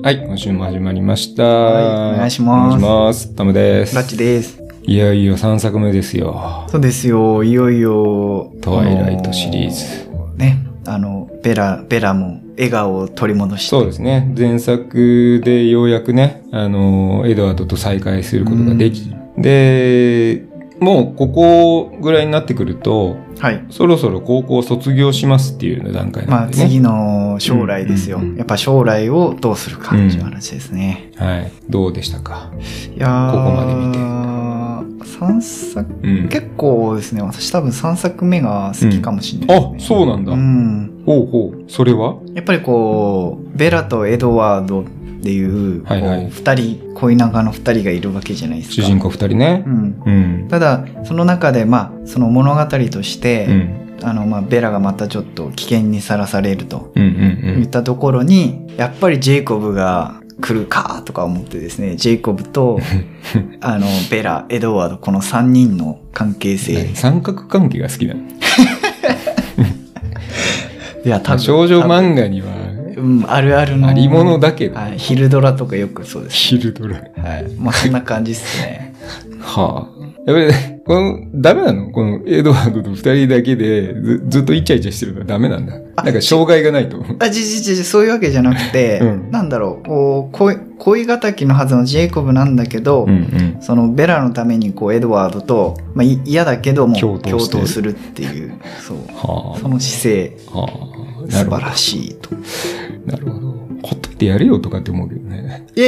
はい、今週も始まりました。 はい、お願いします。 お願いします。タムです。 ラッチです。 いよいよ3作目ですよ。 そうですよ、いよいよ。 トワイライトシリーズ。 ね、ベラも笑顔を取り戻して。 そうですね。前作でようやくね、エドワードと再会することができ、で、もうここぐらいになってくると、はい、そろそろ高校を卒業しますっていう段階なんでね。 まあ次の将来ですよ。やっぱ将来をどうするかっていう話ですね。 はい。どうでしたか？ いやー、 ここまで見て。 3作、結構ですね、私多分3作目が好きかもしれないですね。 あ、そうなんだ。ほうほう。それは？やっぱりこう、ベラとエドワードっていう、二人、恋仲の二人がいるわけじゃないですか。 主人公二人ね。 ただ、その中で、その物語として、ベラがまたちょっと危険にさらされるといったところに、やっぱりジェイコブが来るかとか思ってですね、ジェイコブと、ベラ、エドワード、この三人の関係性。 三角関係が好きなの？ いや、多分。 少女漫画には、 あるあるの。 ありものだけど。 ヒルドラとかよくそうです。 ヒルドラ。 はい。そんな感じっすね。 はあ。やっぱり、ダメなの？このエドワードと二人だけでずっとイチャイチャしてるのはダメなんだ。なんか障害がないと。 そういうわけじゃなくて、なんだろう、恋敵のはずのジェイコブなんだけど、そのベラのためにエドワードと、嫌だけども共闘するっていう、そう。その姿勢、素晴らしいと。 なるほど。ほっといてやれよとかって思うけどね。 い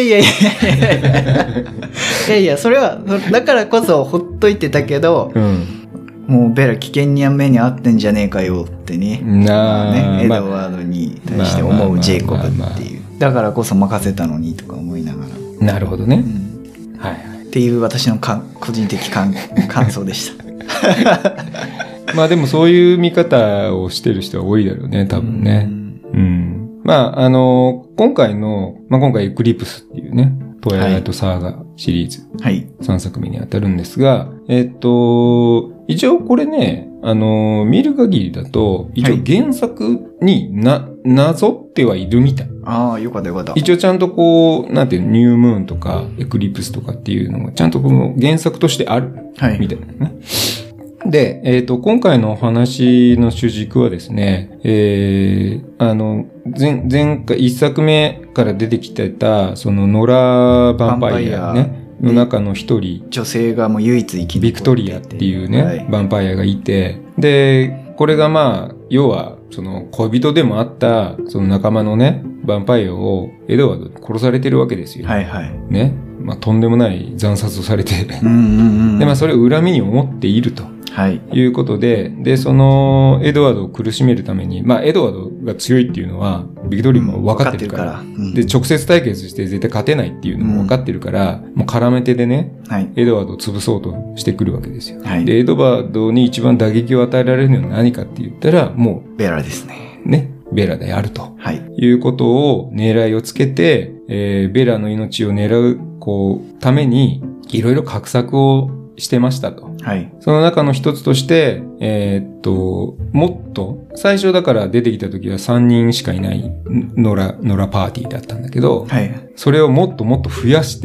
や、それは、だからこそほっといてたけど、もうベラ危険に目に遭ってんじゃねえかよってね。エドワードに対して思うジェイコブっていう。だからこそ任せたのにとか思いながら。 なるほどね。はい。 っていう私の個人的感想でした。 でもそういう見方をしてる人は多いだろうね、多分ね。今回エクリプスっていうね、トワイライトサーガシリーズ。3作目に当たるんですが、一応これね、見る限りだと、一応原作になぞってはいるみたい。 ああ、よかったよかった。 一応ちゃんとニュームーンとか、エクリプスとかっていうのがちゃんとこの原作としてある。みたいなね。で、今回のお話の主軸はですね、前回、一作目から出てきてた、その、ノラ・ヴァンパイアね、の中の一人。 女性がもう唯一生き残っていて。 ビクトリアっていうね、ヴァンパイアがいて、で、これが要は、その、恋人でもあった、その仲間のね、ヴァンパイアをエドワードに殺されてるわけですよ。ね。とんでもない惨殺をされて。で、それを恨みに思っていると。いうことで、その、エドワードを苦しめるために、エドワードが強いっていうのは、ビクトリーも分かってるから、で、直接対決して絶対勝てないっていうのも分かってるから、もう絡め手でね、エドワードを潰そうとしてくるわけですよ。で、エドワードに一番打撃を与えられるのは何かって言ったら、もう、 ベラですね。 ベラであると。いうことを狙いをつけて、ベラの命を狙う、ために、いろいろ画策をしてましたと。その中の一つとして、もっと、最初だから出てきた時は3人しかいないノラパーティーだったんだけど、それをもっともっと増やして、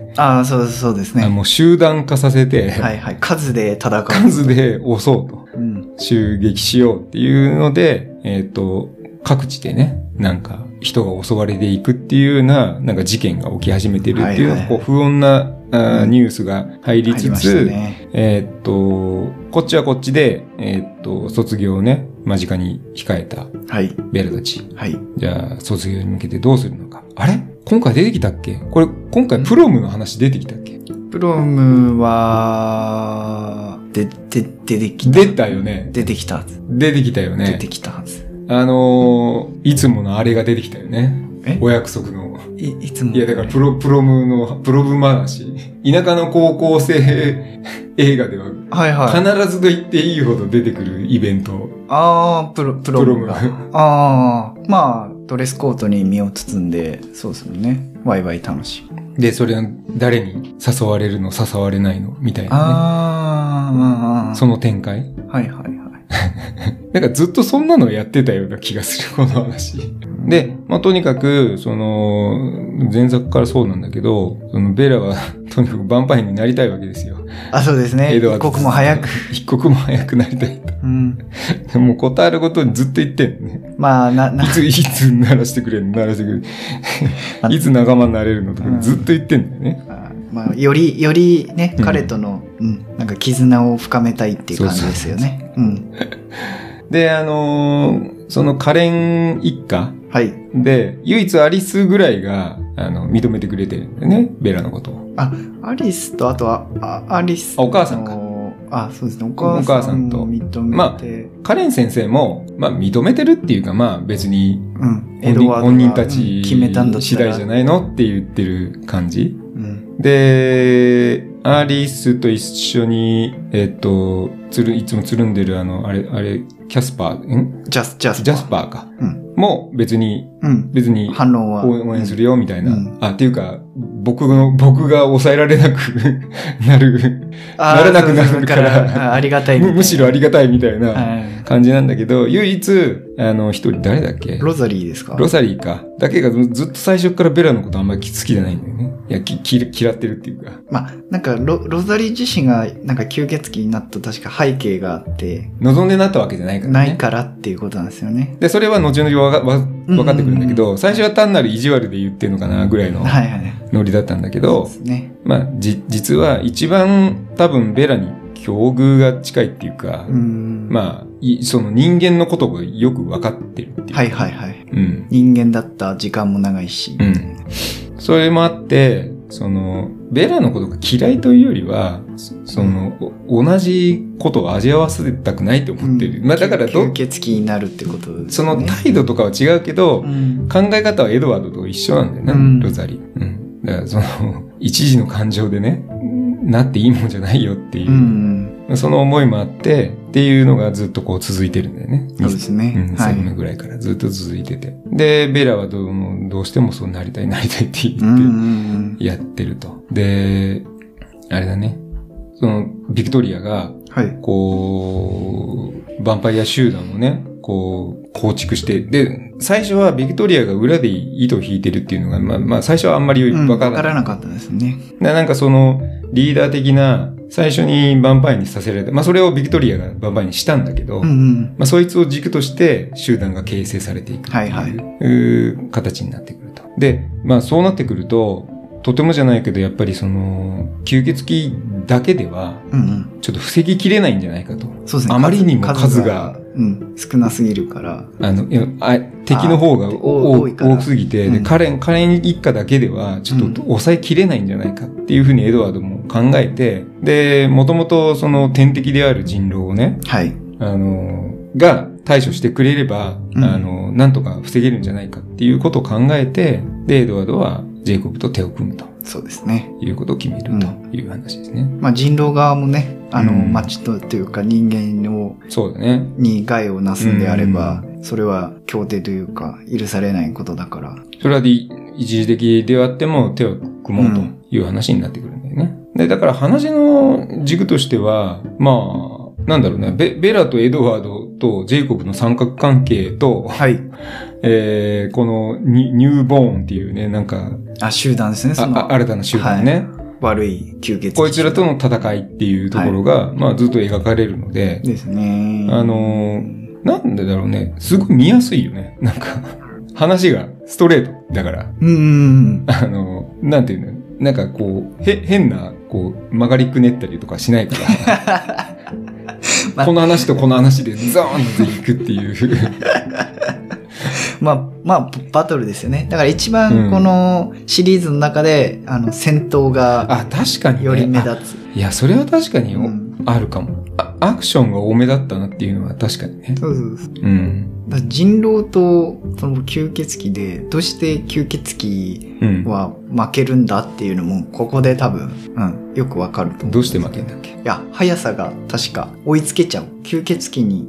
そうですね。 もう集団化させて、 数で戦う。 数で押そうと。襲撃しようっていうので、各地でね、人が襲われていくっていうような、事件が起き始めてるっていう、不穏なニュースが入りつつ、こっちはこっちで、卒業をね、間近に控えた、ベラたち。じゃあ、卒業に向けてどうするのか。あれ？今回出てきたっけ？これ、今回プロムの話出てきたっけ？ プロムは、出たよね。出てきたはず。 出てきたよね。 出てきたはず。 いつものあれが出てきたよね。お約束の。 いつも。 いや、だからプロム話。田舎の高校生映画では、必ずと言っていいほど出てくるイベント。 プロムが。ドレスコートに身を包んで、そうですよね。ワイワイ楽しい。 で、それは誰に誘われるの、誘われないのみたいなね。その展開。 なんかずっとそんなのやってたような気がする、この話。で、まあ、とにかく、前作からそうなんだけど、ベラは、とにかくヴァンパイアになりたいわけですよ。 あ、そうですね。一刻も早く。 一刻も早くなりたいと。うん。もうことあるごとにずっと言ってんのね。 まあ、 いつ鳴らしてくれんの、鳴らしてくれ。いつ仲間になれるのとかずっと言ってんだよね。 まあ、よりね、彼との、なんか絆を深めたいっていう感じですよね。 で、そのカレン一家で、唯一アリスぐらいが、認めてくれてるんだよね、ベラのことを。 アリスと、あとは、アリス。 お母さんか。 そうですね、お母さんと認めて。 まあ、カレン先生も、まあ、認めてるっていうか、まあ、別に、本人たち次第じゃないのって言ってる感じ。で、アリスと一緒に、いつもつるんでるあれ、キャスパー、 ジャスパーか。もう別に反応は応援するよみたいな。っていうか、僕が抑えられなくならなくなるから、 ありがたいむしろありがたいみたいな感じなんだけど、唯一、一人誰だっけ？ ロザリーですか？ ロザリーか。だけがずっと最初からベラのことあんまり好きじゃないんだよね。いや、嫌ってるっていうか。 まあ、なんかロザリー自身がなんか吸血鬼になった確か背景があって、 望んでなったわけじゃないからね。 ないからっていうことなんですよね。 で、それは後々分かってくるんだけど、最初は単なる意地悪で言ってるのかなぐらいのノリだったんだけど、まあ、実は一番多分ベラに境遇が近いっていうか、まあ、その人間のことがよく分かってるっていうか。 人間だった時間も長いし。 それもあって、ベラのことが嫌いというよりは、同じことを味わわせたくないと思ってる。まあだから吸血鬼になるってことですね。 その態度とかは違うけど、考え方はエドワードと一緒なんだよね、ロザリー。だから一時の感情でね、なっていいもんじゃないよっていう、その思いもあって、っていうのがずっとこう続いてるんだよね。 そうですね。 最後ぐらいからずっと続いてて。で、ベラはどうしてもそうなりたいって言ってやってると。で、あれだね。ビクトリアが、こう、ヴァンパイア集団をね、こう、構築して、で、最初はビクトリアが裏で糸を引いてるっていうのが、まあ最初はあんまりわからなかったですね。 なんかリーダー的な、最初にヴァンパイアにさせられた。まあそれをビクトリアがヴァンパイアにしたんだけど、まあそいつを軸として集団が形成されていくっていう形になってくると。で、まあそうなってくると、とてもじゃないけど、やっぱり吸血鬼だけでは、ちょっと防ぎきれないんじゃないかと。 そうですね。 あまりにも数が、 少なすぎるから。 敵の方が多すぎて、で、カレン一家だけでは、ちょっと抑えきれないんじゃないかっていうふうにエドワードも考えて、で、もともと天敵である人狼をね、が対処してくれれば、なんとか防げるんじゃないかっていうことを考えて、で、エドワードは、ジェイコブと手を組むと。 そうですね。 いうことを決めるという話ですね。 まあ人狼側もね、町というか人間を、 そうだね。 に害をなすんであれば、それは協定というか、許されないことだから。 それは一時的であっても手を組もうという話になってくるんだよね。で、だから話の軸としては、まあ、なんだろうね、ベラとエドワードとジェイコブの三角関係と、このニューボーンっていうね、なんか、 集団ですね、 新たな集団ね。 悪い吸血鬼。 こいつらとの戦いっていうところが、まあずっと描かれるので。 ですね。 なんでだろうね、すごい見やすいよね。なんか、話がストレートだから。なんていうの、なんかこう、変な、こう、曲がりくねったりとかしないから。この話とこの話でザーンっていくっていう。 まあ、バトルですよね。だから一番このシリーズの中で、戦闘が、 確かに、 より目立つ。 いや、それは確かにあるかも。アクションが多めだったなっていうのは確かにね。 そう。だ人狼とその吸血鬼で、どうして吸血鬼は負けるんだっていうのも、ここで多分、よくわかると思う。 どうして負けんだっけ？ いや、速さが確か追いつけちゃう。吸血鬼に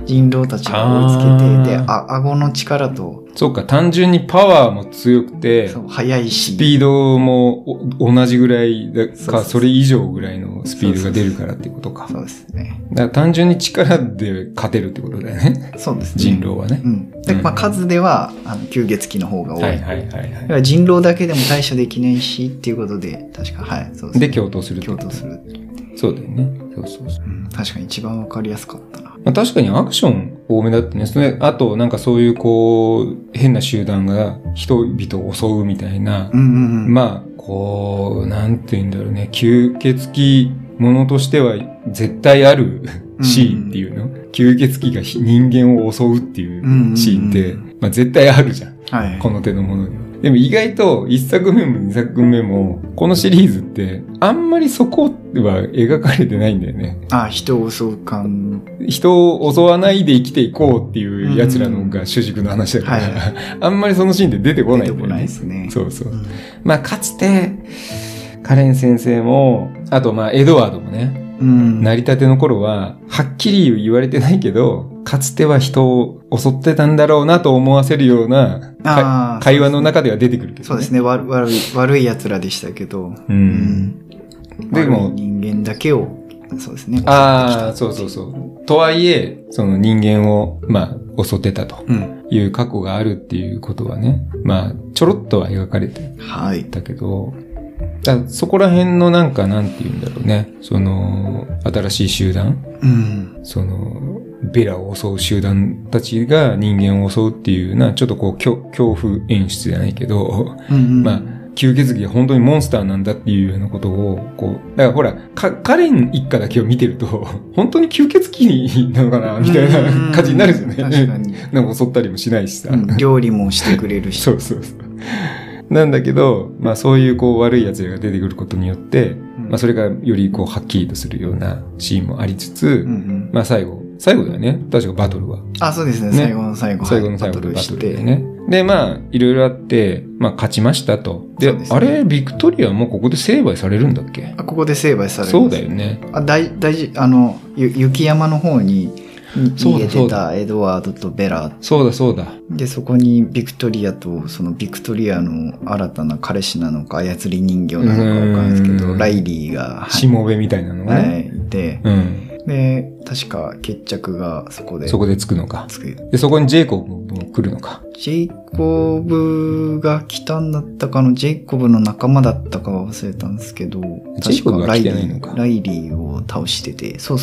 人狼たちが追いつけて、で、顎の力と、 そうか、単純にパワーも強くて、 速いし、 スピードも同じぐらいだか、それ以上ぐらいのスピードが出るからってことか。 そうですね。 だから単純に力で勝てるってことだよね。 そうですね。 人狼はね。 うん。で、まあ、数では、吸血鬼の方が多い。 はいはいはいはい。 だから人狼だけでも対処できないし、っていうことで、確か、はい、そうですね。 で、共闘する。 共闘する。 そうだよね。そうそうそう。 うん、確かに一番わかりやすかったな。 まあ、確かにアクション多めだってね。それあと、なんかそういうこう、変な集団が人々を襲うみたいな。まあ、こう、なんて言うんだろうね。吸血鬼ものとしては絶対あるシーンっていうの、吸血鬼が人間を襲うっていうシーンって、まあ絶対あるじゃん。はい、この手のものには。でも意外と1作目も2作目もこのシリーズってあんまりそこは描かれてないんだよね。 人を襲う感。 人を襲わないで生きていこうっていう奴らのが主軸の話だから、あんまりそのシーンって出てこないんだよね。出てこないですね。そうそう。まあかつてカレン先生も、あとまあエドワードもね、成り立ての頃ははっきり言われてないけど、かつては人を襲ってたんだろうなと思わせるような会話の中では出てくるけど、ね。 そうですね。悪い奴らでしたけど。でも人間だけを、そうですね。 そうそうそう。とはいえ、その人間を、まあ、襲ってたという過去があるっていうことはね、まあ、ちょろっとは描かれてたけど、そこら辺のなんか、なんて言うんだろうね。その、新しい集団、その、ベラを襲う集団たちが人間を襲うっていうのは、ちょっとこう、恐怖演出じゃないけど、まあ、吸血鬼が本当にモンスターなんだっていうようなことを、こう、だからほら、カレン一家だけを見てると、本当に吸血鬼なのかなみたいな感じになるじゃない。確かに。なんか襲ったりもしないしさ。 料理もしてくれるし。 そうそうそう。なんだけど、まあそういうこう悪い奴らが出てくることによって、まあそれがよりこうはっきりとするようなシーンもありつつ、まあ最後だよね。確かバトルは。 そうですね。最後の最後でバトルでね。で、まあいろいろあって、まあ勝ちましたと。で、あれ、ビクトリアもここで成敗されるんだっけ？ ここで成敗される。 そうだよね。 雪山の方に、逃げてたエドワードとベラ。 そうだ。 で、そこにビクトリアと、そのビクトリアの新たな彼氏なのか、操り人形なのかわかんないですけど、ライリーが。 しもべみたいなのがね。 いて、で、確か決着がそこでつくのか。で、そこにジェイコブも来るのか。 ジェイコブが来たんだったかの、ジェイコブの仲間だったかは忘れたんですけど、 確かライリーを倒してて、そう。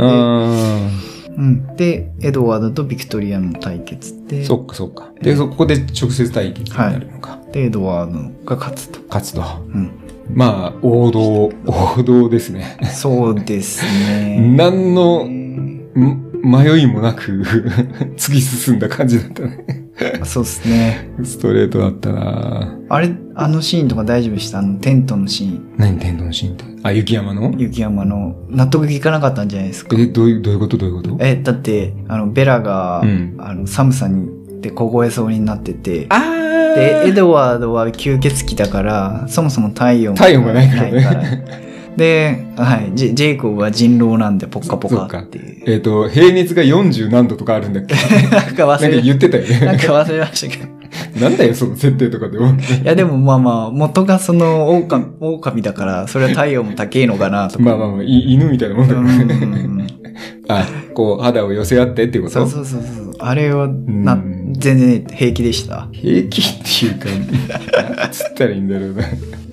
で、エドワードとビクトリアの対決で。 そっか。で、ここで直接対決になるのか。 で、エドワードが勝つと。 まあ、王道ですね。 そうですね。 何の迷いもなく突き進んだ感じだったね。 そうですね。 ストレートだったな。 あのシーンとか大丈夫でした？テントのシーン。 何テントのシーンって？雪山の納得いかなかったんじゃないですか。 どういうこと？ だって、ベラが、寒さに、で凍えそうになってて。で、エドワードは吸血鬼だから、そもそも体温がないからね。 で、ジェイコブは人狼なんでポッカポカっていう。 平熱が40何度とかあるんだっけ？なんか言ってたよね。 なんか忘れましたけど。 なんだよ、その設定とかでも。 いや、でもまあ、元がその狼だから、それは体温も高いのかなとか。 まあ、犬みたいなもんだからね。こう、肌を寄せ合ってってこと？ そう。あれは、全然平気でした。 平気っていうか、なんつったらいいんだろうな。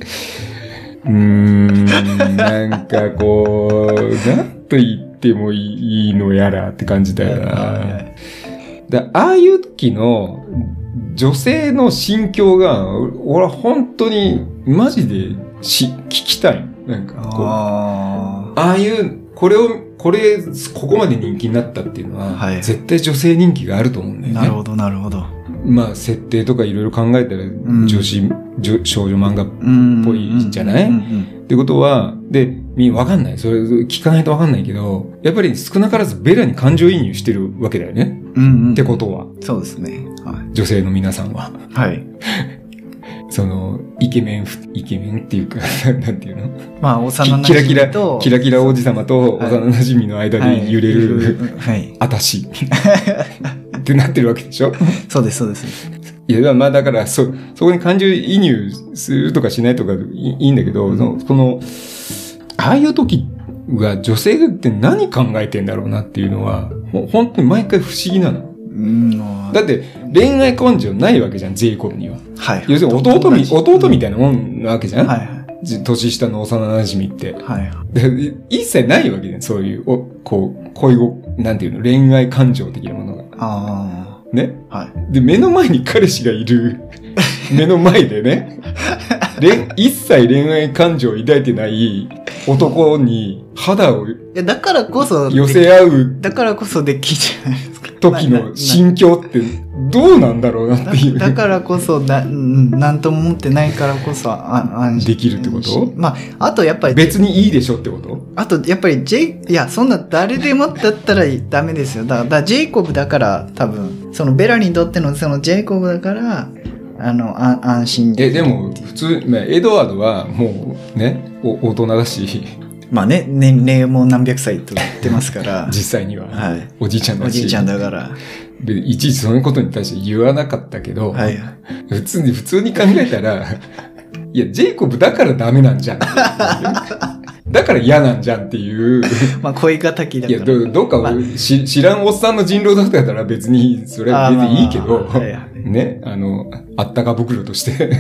なんかこう、なんと言ってもいいのやらって感じだよな。ああいう時の女性の心境が、俺は本当にマジで聞きたい。なんかこう、ああいう、ここまで人気になったっていうのは、絶対女性人気があると思うんだよね。 なるほど。 まあ、設定とかいろいろ考えたら、少女漫画っぽいじゃない？ってことは、で、わかんない。それ、聞かないとわかんないけど、やっぱり少なからずベラに感情移入してるわけだよね。ってことは。 そうですね。 女性の皆さんは。 イケメンっていうか、なんていうの？ まあ、幼馴染と。 キラキラ王子様と幼馴染の間で揺れる、あたし。ってなってるわけでしょ？ そうです、そうです。 いや、まあだから、そこに感情移入するとかしないとかいいんだけど、ああいう時は女性って何考えてんだろうなっていうのは、本当に毎回不思議なの。だって恋愛感情ないわけじゃん、ジェイコブには。 はい。 要するに弟みたいなもんなわけじゃん。はい。年下の幼馴染って。はい。で一切ないわけじゃん、そういう、なんていうの、恋愛感情的なものが。ああ。ね。はい。で、目の前に彼氏がいる、目の前でね、一切恋愛感情を抱いてない男に肌をだからこそ寄せ合う。 だからこそできじゃないですか。 時の心境ってどうなんだろうなっていう。 だからこそなんとも思ってないからこそ安心できるってこと？ まあ、あとやっぱり別にいいでしょってこと？ あとやっぱりいやそんな誰でもだったらダメですよ。だからジェイコブだから多分そのベラにとってのそのジェイコブだから安心でも普通、エドワードはもうね大人だし。 まあね、年齢も何百歳と言ってますから。 実際には。はい。おじいちゃんだし。 おじいちゃんだから。 で、いちいちそのことに対して言わなかったけど、はい。普通に考えたら、いや、ジェイコブだからダメなんじゃん。だから嫌なんじゃんっていう。 まあ、恋敵だから。 いや、どうか、知らんおっさんの人狼だったら別に、それは別にいいけど、ね、あったか袋として。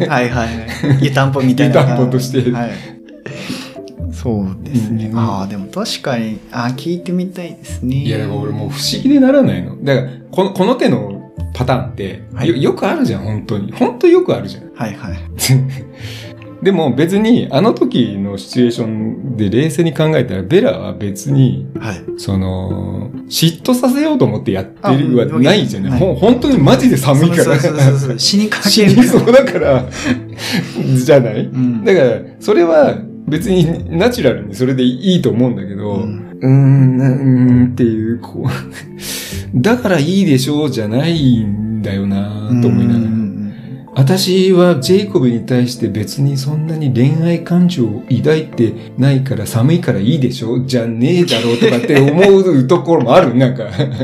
はいはい。湯たんぽみたいな。 湯たんぽとして。はい。 そうですね。でも確かに、聞いてみたいですね。 いや、だから俺もう不思議でならないの。だから、この手のパターンって、よくあるじゃん、本当に。本当よくあるじゃん。はいはい。でも別に、あの時のシチュエーションで冷静に考えたら、ベラは別に、はい、嫉妬させようと思ってやってるはないじゃんね。本当にマジで寒いから。 そう死にかける。 死にそうだから、じゃない、だから、それは、別にナチュラルにそれでいいと思うんだけど、っていう、だからいいでしょうじゃないんだよなと思いながら。私はジェイコブに対して別にそんなに恋愛感情を抱いてないから寒いからいいでしょじゃねえだろうとかって思うところもある。なんか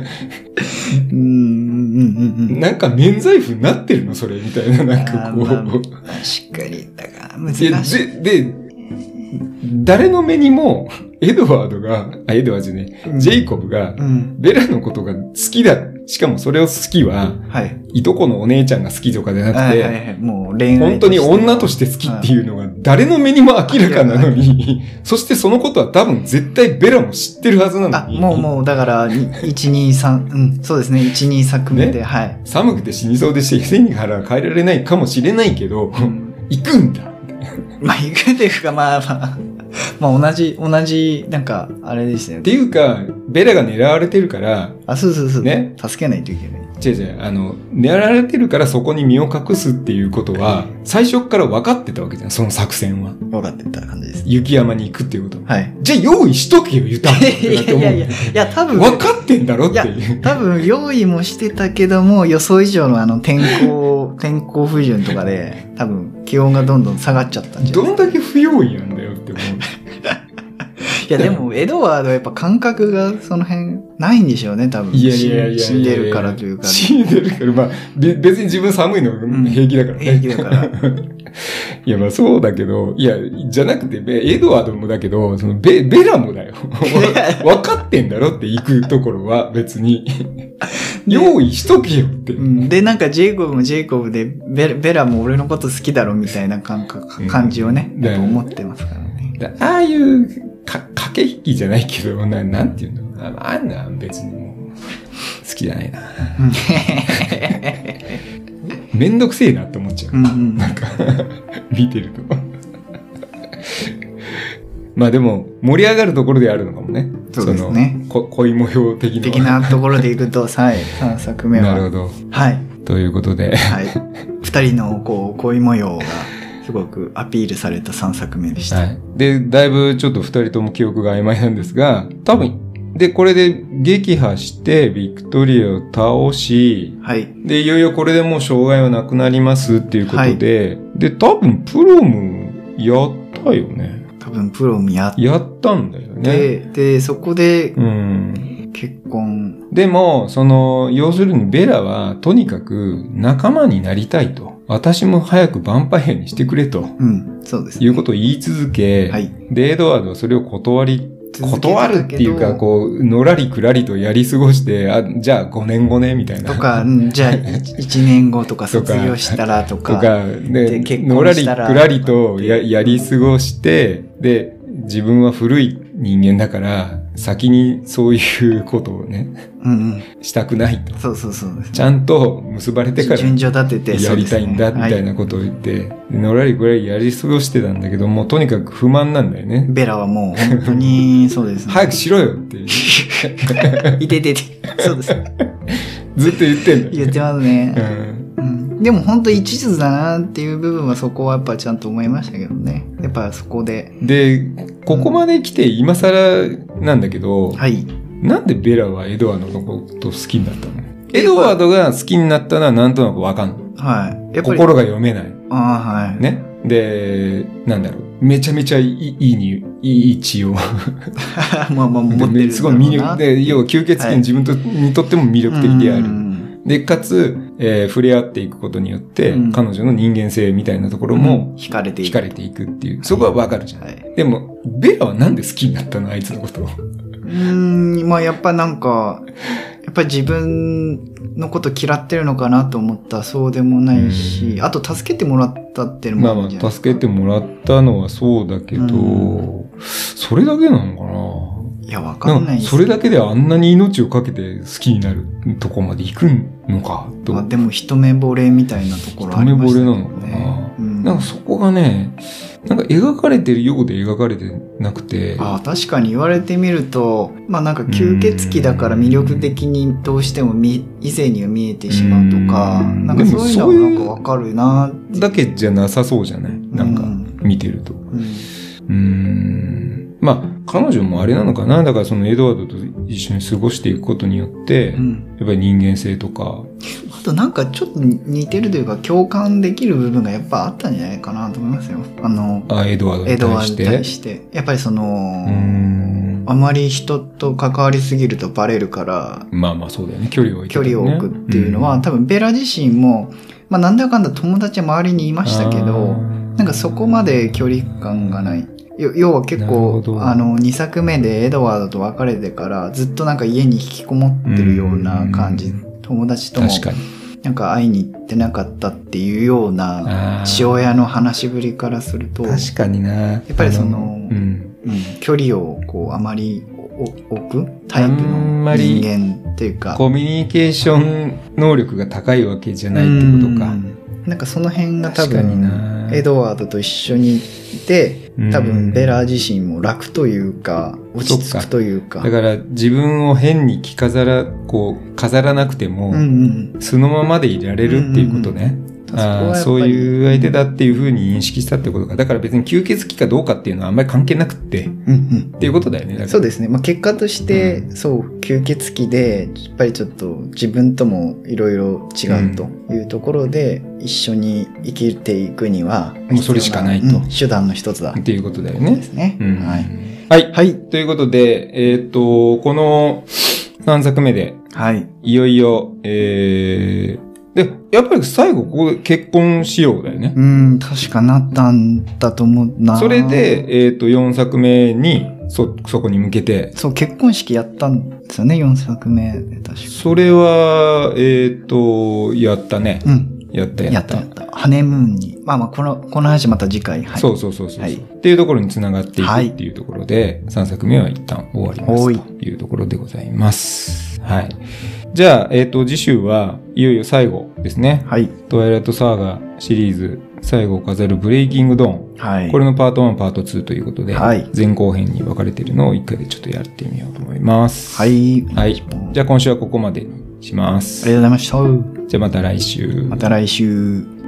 なんか免罪符になってるのそれみたいな。なんかこう。確かに。だから難しい。 で、誰の目にも、エドワードじゃねえ、ジェイコブが、ベラのことが好きだ。しかもそれを好きは、いとこのお姉ちゃんが好きとかじゃなくて、もう恋愛本当に女として好きっていうのが誰の目にも明らかなのに、そしてそのことは多分絶対ベラも知ってるはずなのに。 もうだから、1、2、3、そうですね、1、2作目で、はい。 寒くて死にそうでして、背に腹は変えられないかもしれないけど、行くんだ。 まあ、行くっていうか、まあ、同じ、なんか、あれですね。 っていうか、ベラが狙われてるから、 そう。ね。助けないといけない。 違う、狙われてるからそこに身を隠すっていうことは、最初から分かってたわけじゃん、その作戦は。 分かってた感じです。 雪山に行くっていうこと。 はい。 じゃあ用意しとけよ、言ったんだって思う。いや、多分。 分かってんだろっていう。 多分、用意もしてたけども、予想以上の天候不順とかで、多分、気温がどんどん下がっちゃったんじゃないですか。 どんだけ不用意なんだよって思う。 いやでもエドワードはやっぱ感覚がその辺ないんでしょうね多分。 いや死んでるからというか、ね。 死んでるからまあ別に自分寒いの平気だからね。 平気だから。 いやまあそうだけどいやじゃなくてエドワードもだけどそのベラもだよ。分かってんだろって行くところは別に用意しとけよって。 でなんかジェイコブもジェイコブでベラも俺のこと好きだろみたいな感じをね、やっぱ思ってますからね。 ああいう駆け引きじゃないけど、なんていうのあんな別にもう好きじゃないな。めんどくせえなって思っちゃう。なんか見てると。まあでも盛り上がるところであるのかもね。 そうですね。 恋模様的なところでいくと、3作目は。 なるほど。 はい。 ということで、 はい。2人の恋模様が。すごくアピールされた3作目でした。 はい。で、だいぶちょっと2人とも記憶が曖昧なんですが、多分で、これで撃破して、ビクトリアを倒し、 はい。 で、いよいよこれでもう障害はなくなりますっていうことで、はい、で、多分プロムやったよね。 多分プロムやったんだよね。 で、そこで、結婚。 でも、要するにベラは、とにかく仲間になりたいと。私も早くヴァンパイアにしてくれと。 そうですね。 いうことを言い続け、はい、で、エドワードはそれを断るっていうか、のらりくらりとやり過ごして、じゃあ5年後ね、みたいな。 とか、じゃあ1年後とか卒業したらとか。 で、のらりくらりとやり過ごして、で、自分は古い人間だから、先にそういうことをね、したくないと。 そう。 ちゃんと結ばれてから順序立ててやりたいんだ、みたいなことを言って、のらりくらりやり過ごしてたんだけど、もうとにかく不満なんだよね。 ベラはもう本当にそうですね。 早くしろよって。 いて。そうです。 ずっと言ってんだよね。 言ってますね。でも本当一途だなっていう部分はそこはやっぱちゃんと思いましたけどね。やっぱそこで。 で、ここまで来て今更なんだけど、 はい。 なんでベラはエドワードのこと好きになったの？エドワードが好きになったのはなんとなくわかんない。 はい。 やっぱり心が読めない。 はい。 ね。で、なんだろう。めちゃめちゃいい血を。 まあ持ってる。 すごい魅力で、要は吸血鬼自分にとっても魅力的である。で、かつ、触れ合っていくことによって、彼女の人間性みたいなところも、惹かれていくっていう。そこはわかるじゃん。でも、ベラはなんで好きになったの？あいつのことを。 まあやっぱなんか、やっぱり自分のこと嫌ってるのかなと思ったらそうでもないし、あと助けてもらったっていうのもあるんじゃないですか。 助けてもらったのはそうだけど、それだけなのかな？ いや、わかんないです。 それだけであんなに命をかけて好きになるとこまで行くのかと。 でも一目惚れみたいなところありましたね。 一目惚れなのかな？なんかそこがね、なんか描かれてるようで描かれてなくて。 確かに言われてみると、まあなんか吸血鬼だから魅力的にどうしても以前には見えてしまうとか、なんかそういうのはなんかわかるな。 だけじゃなさそうじゃない？なんか見てると。まあ、彼女もあれなのかな。だからそのエドワードと一緒に過ごしていくことによって、やっぱり人間性とか。 あとなんかちょっと似てるというか共感できる部分がやっぱあったんじゃないかなと思いますよ。 エドワードに対して。 やっぱりあまり人と関わりすぎるとバレるから。 まあそうだよね。距離を置くっていうのは、多分ベラ自身も、まあなんだかんだ友達は周りにいましたけど、なんかそこまで距離感がない。要は結構2作目でエドワードと別れてからずっとなんか家に引きこもってるような感じ、友達ともなんか会いに行ってなかったっていうような父親の話ぶりからすると、 確かにな、 やっぱり距離をこうあまり置くタイプの人間っていうか、 コミュニケーション能力が高いわけじゃないってことか。 なんかその辺が多分エドワードと一緒にいて、多分ベラ自身も楽というか落ち着くというか、 だから自分を変に飾らなくても、そのままでいられるっていうことね。そういう相手だっていうふうに認識したってことか。だから別に吸血鬼かどうかっていうのはあんまり関係なくって、っていうことだよね。 そうですね。まあ、結果として、吸血鬼でやっぱりちょっと自分ともいろいろ違うというところで、一緒に生きていくにはもうそれしかないと、 手段の一つだっていうことだよね。 ですね。 はい。ということで、この3作目で、いよいよ、で、やっぱり最後ここで結婚しようだよね。 確かなったんだと思うな。 それで、4作目に、そこに向けて。 そう、結婚式やったんですよね、4作目で確か。 それは、やったね。やった。 ハネムーンに。まあこの話また次回。 そう。っていうところに繋がっていくっていうところで、3作目は一旦終わりますというところでございます。はい。じゃあ、次週はいよいよ最後ですね。トワイライトサーガシリーズ最後を飾るブレイキングドーン。これのパート1、パート2ということで、前後編に分かれているのを1回でちょっとやってみようと思います。はい。じゃあ今週はここまでにします。 ありがとうございました。 じゃあまた来週。